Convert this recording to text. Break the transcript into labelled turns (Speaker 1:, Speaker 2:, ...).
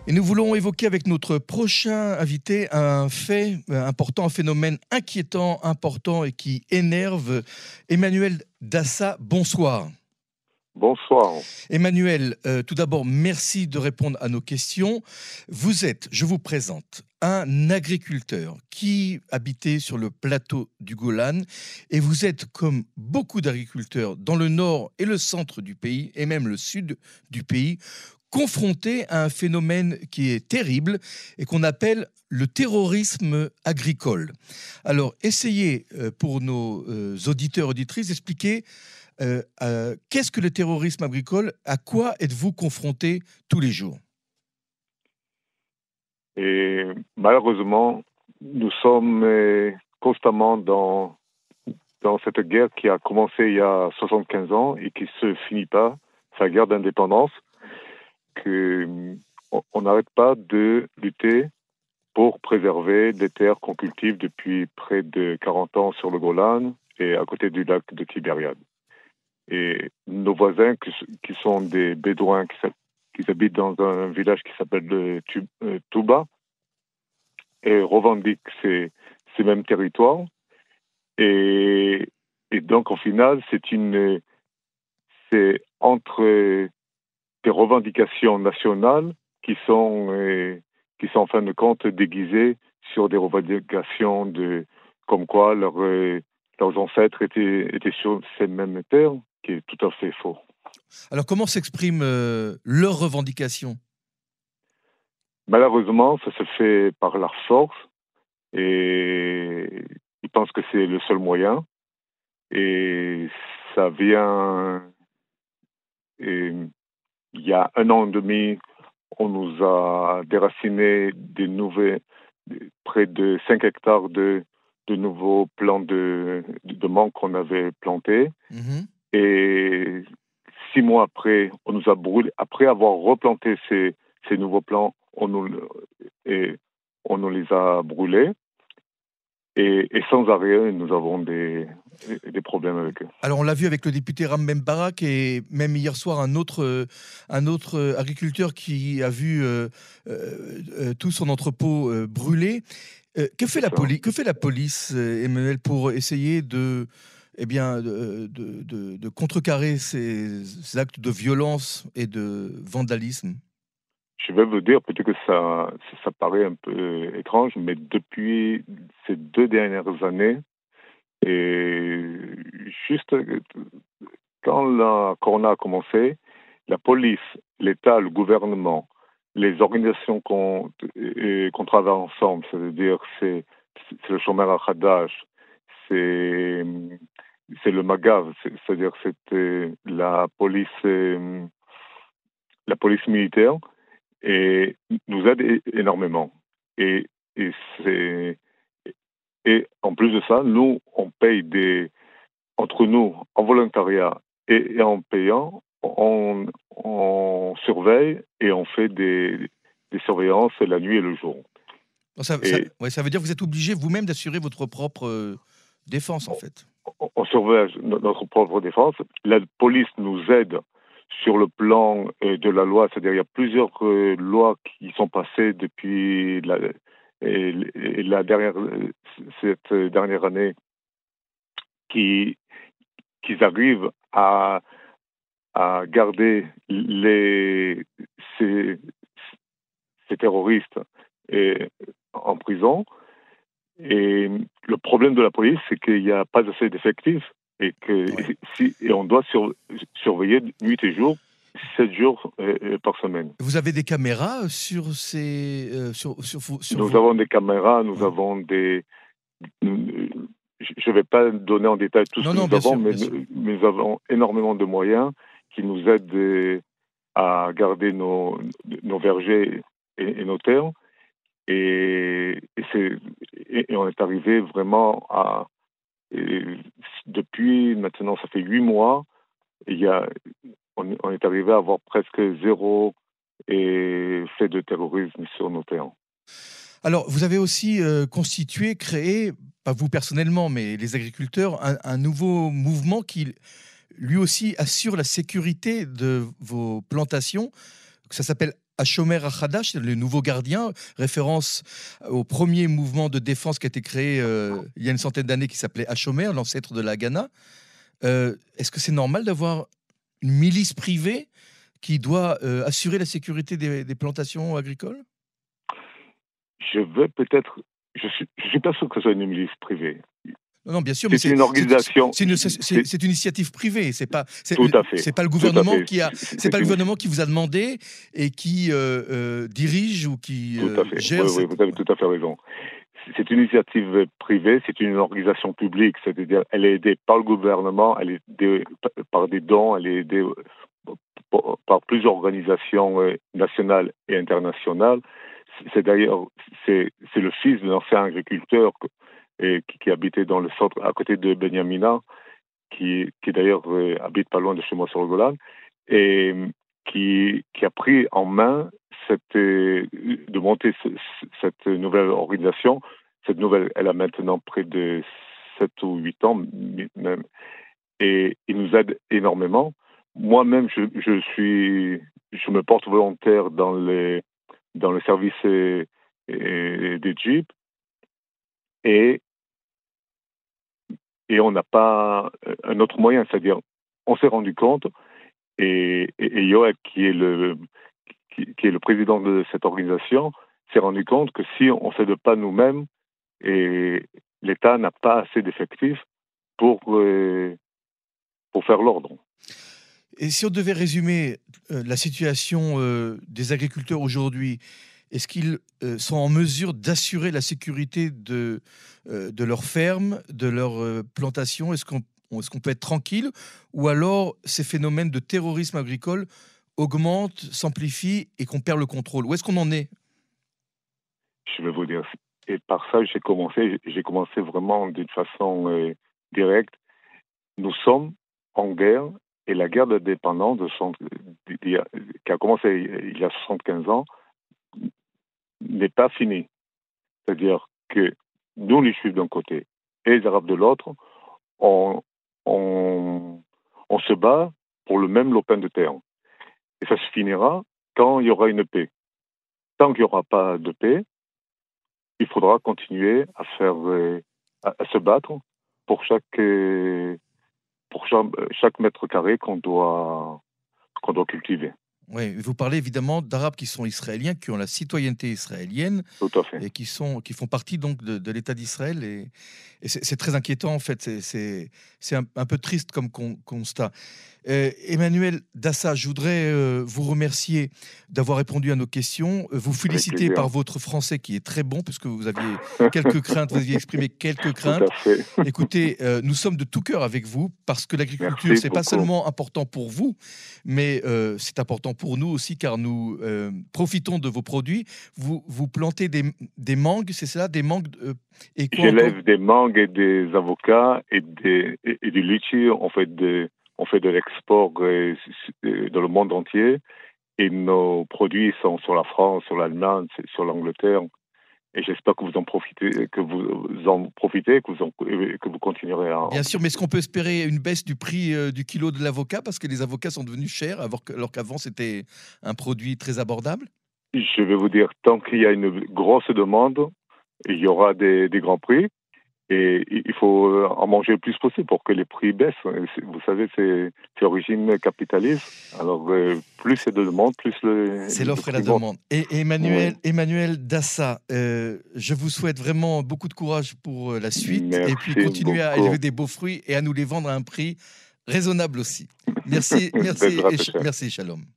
Speaker 1: Et nous voulons évoquer avec notre prochain invité un fait important, un phénomène inquiétant, important et qui énerve. Emmanuel Dassa, bonsoir.
Speaker 2: Bonsoir.
Speaker 1: Emmanuel, tout d'abord, merci de répondre à nos questions. Vous êtes, je vous présente, un agriculteur qui habitait sur le plateau du Golan et vous êtes, comme beaucoup d'agriculteurs dans le nord et le centre du pays, et même le sud du pays, confronté à un phénomène qui est terrible et qu'on appelle le terrorisme agricole. Alors, essayez pour nos auditeurs, auditrices, d'expliquer qu'est-ce que le terrorisme agricole, à quoi êtes-vous confronté tous les jours?
Speaker 2: Et malheureusement, nous sommes constamment dans cette guerre qui a commencé il y a 75 ans et qui se finit pas, c'est la guerre d'indépendance, on n'arrête pas de lutter pour préserver des terres qu'on cultive depuis près de 40 ans sur le Golan et à côté du lac de Tibériade. Et nos voisins, qui sont des Bédouins, qui habitent dans un village qui s'appelle Touba, et revendiquent ces mêmes territoires. Et donc, au final, c'est entre des revendications nationales qui sont en fin de compte déguisées sur des revendications comme quoi leurs ancêtres étaient sur ces mêmes terres, qui est tout à fait faux.
Speaker 1: Alors, comment s'expriment leurs revendications?
Speaker 2: Malheureusement, ça se fait par la force et ils pensent que c'est le seul moyen. Et ça vient... Et il y a 1 an et demi, on nous a déraciné près de 5 hectares de nouveaux plants de mangue qu'on avait plantés.
Speaker 1: Mmh.
Speaker 2: Et 6 mois après, on nous a brûlé. Après avoir replanté ces nouveaux plants, on nous les a brûlés. Et sans arrêt, nous avons des problèmes avec eux.
Speaker 1: Alors, on l'a vu avec le député Ram Barak et même hier soir un autre agriculteur qui a vu tout son entrepôt brûlé. Que fait la police, Emmanuel, pour essayer de contrecarrer ces actes de violence et de vandalisme?
Speaker 2: Je vais vous dire, peut-être que ça paraît un peu étrange, mais depuis ces 2 dernières années, et juste quand la Corona a commencé, la police, l'État, le gouvernement, les organisations qu'on travaille ensemble, c'est-à-dire c'est le Shomer HaChadash, c'est le Magav, c'est-à-dire c'était la police militaire, et nous aide énormément. Et, et, et en plus de ça, nous, on paye entre nous, en volontariat et en payant, on surveille et on fait des surveillances la nuit et le jour.
Speaker 1: Ça veut dire que vous êtes obligé vous-même d'assurer votre propre défense, en fait.
Speaker 2: On surveille notre propre défense. La police nous aide sur le plan de la loi, c'est-à-dire il y a plusieurs lois qui sont passées depuis cette dernière année qui arrivent à garder ces terroristes en prison. Et le problème de la police, c'est qu'il n'y a pas assez d'effectifs et on doit surveiller nuit et jour, 7 jours par semaine.
Speaker 1: Vous avez des caméras sur ces...
Speaker 2: Nous avons des caméras, nous avons des... Je ne vais pas donner en détail tout ce que nous avons, mais nous avons énormément de moyens qui nous aident à garder nos vergers et nos terres. Et on est arrivé vraiment à... depuis maintenant, ça fait 8 mois, on est arrivé à avoir presque 0 fait de terrorisme sur nos terres.
Speaker 1: Alors, vous avez aussi créé, pas vous personnellement, mais les agriculteurs, un nouveau mouvement qui, lui aussi, assure la sécurité de vos plantations. Ça s'appelle Hashomer HaChadash, le nouveau gardien, référence au premier mouvement de défense qui a été créé il y a une centaine d'années qui s'appelait Hashomer, l'ancêtre de la Haganah. Est-ce que c'est normal d'avoir une milice privée qui doit assurer la sécurité des plantations agricoles?
Speaker 2: Je veux peut-être. Je suis pas sûr que ce soit une milice privée.
Speaker 1: Non, non, bien sûr, mais
Speaker 2: C'est une organisation.
Speaker 1: c'est une initiative privée.
Speaker 2: Tout à fait.
Speaker 1: C'est pas le
Speaker 2: Tout à
Speaker 1: gouvernement
Speaker 2: fait.
Speaker 1: c'est pas le gouvernement qui vous a demandé et qui dirige ou qui
Speaker 2: Tout à fait.
Speaker 1: gère.
Speaker 2: Oui, vous avez tout à fait raison. C'est une initiative privée, c'est une organisation publique, c'est-à-dire elle est aidée par le gouvernement, elle est aidée par des dons, elle est aidée par plusieurs organisations nationales et internationales. C'est d'ailleurs c'est le fils d'un ancien agriculteur qui habitait dans le centre à côté de Benyamina, qui d'ailleurs habite pas loin de chez moi sur le Golan, et qui a pris en main de monter cette nouvelle organisation. Cette nouvelle, elle a maintenant près de 7 ou 8 ans même, et il nous aide énormément. Moi-même, je me porte volontaire dans le service des Jeeps, et on n'a pas un autre moyen, c'est-à-dire on s'est rendu compte, et Yoel, qui est le président de cette organisation, s'est rendu compte que si on ne s'aide pas nous-mêmes, et l'État n'a pas assez d'effectifs pour faire l'ordre.
Speaker 1: Et si on devait résumer la situation des agriculteurs aujourd'hui, est-ce qu'ils sont en mesure d'assurer la sécurité de leurs fermes, de leurs plantations? Est-ce qu'on peut être tranquille? Ou alors ces phénomènes de terrorisme agricole augmentent, s'amplifient et qu'on perd le contrôle? Où est-ce qu'on en est?
Speaker 2: Je vais vous dire. Et par ça, j'ai commencé vraiment d'une façon directe. Nous sommes en guerre, et la guerre d'indépendance qui a commencé il y a 75 ans n'est pas finie. C'est-à-dire que nous, les Juifs d'un côté et les Arabes de l'autre, on se bat pour le même lopin de terre. Et ça se finira quand il y aura une paix. Tant qu'il n'y aura pas de paix, il faudra continuer à se battre pour chaque mètre carré qu'on doit cultiver.
Speaker 1: Oui, vous parlez évidemment d'Arabes qui sont israéliens, qui ont la citoyenneté israélienne
Speaker 2: Tout à fait.
Speaker 1: et qui font partie donc de l'État d'Israël. Et c'est très inquiétant en fait, c'est un peu triste comme constat. Emmanuel Dassa, je voudrais vous remercier d'avoir répondu à nos questions, vous féliciter par votre français qui est très bon, puisque vous aviez quelques craintes, vous aviez exprimé quelques craintes.
Speaker 2: Tout à fait.
Speaker 1: Écoutez, nous sommes de tout cœur avec vous, parce que l'agriculture, c'est pas seulement important pour vous, mais c'est important pour nous aussi, car nous profitons de vos produits. Vous plantez des mangues, c'est cela, des mangues et quoi?
Speaker 2: J'élève des mangues et des avocats et du litchi. On fait de l'export dans le monde entier, et nos produits sont sur la France, sur l'Allemagne, sur l'Angleterre. Et j'espère que vous en profitez, que vous continuerez à.
Speaker 1: Bien sûr, mais est-ce qu'on peut espérer une baisse du prix du kilo de l'avocat, parce que les avocats sont devenus chers alors qu'avant c'était un produit très abordable?
Speaker 2: Je vais vous dire, tant qu'il y a une grosse demande, il y aura des grands prix. Et il faut en manger le plus possible pour que les prix baissent. Vous savez, c'est l'origine capitaliste. Alors, plus c'est de demande, plus
Speaker 1: c'est l'offre et la demande. Et Emmanuel Dassa, je vous souhaite vraiment beaucoup de courage pour la suite.
Speaker 2: Merci
Speaker 1: et puis continuer à élever des beaux fruits et à nous les vendre à un prix raisonnable aussi. Merci, merci, merci, Shalom.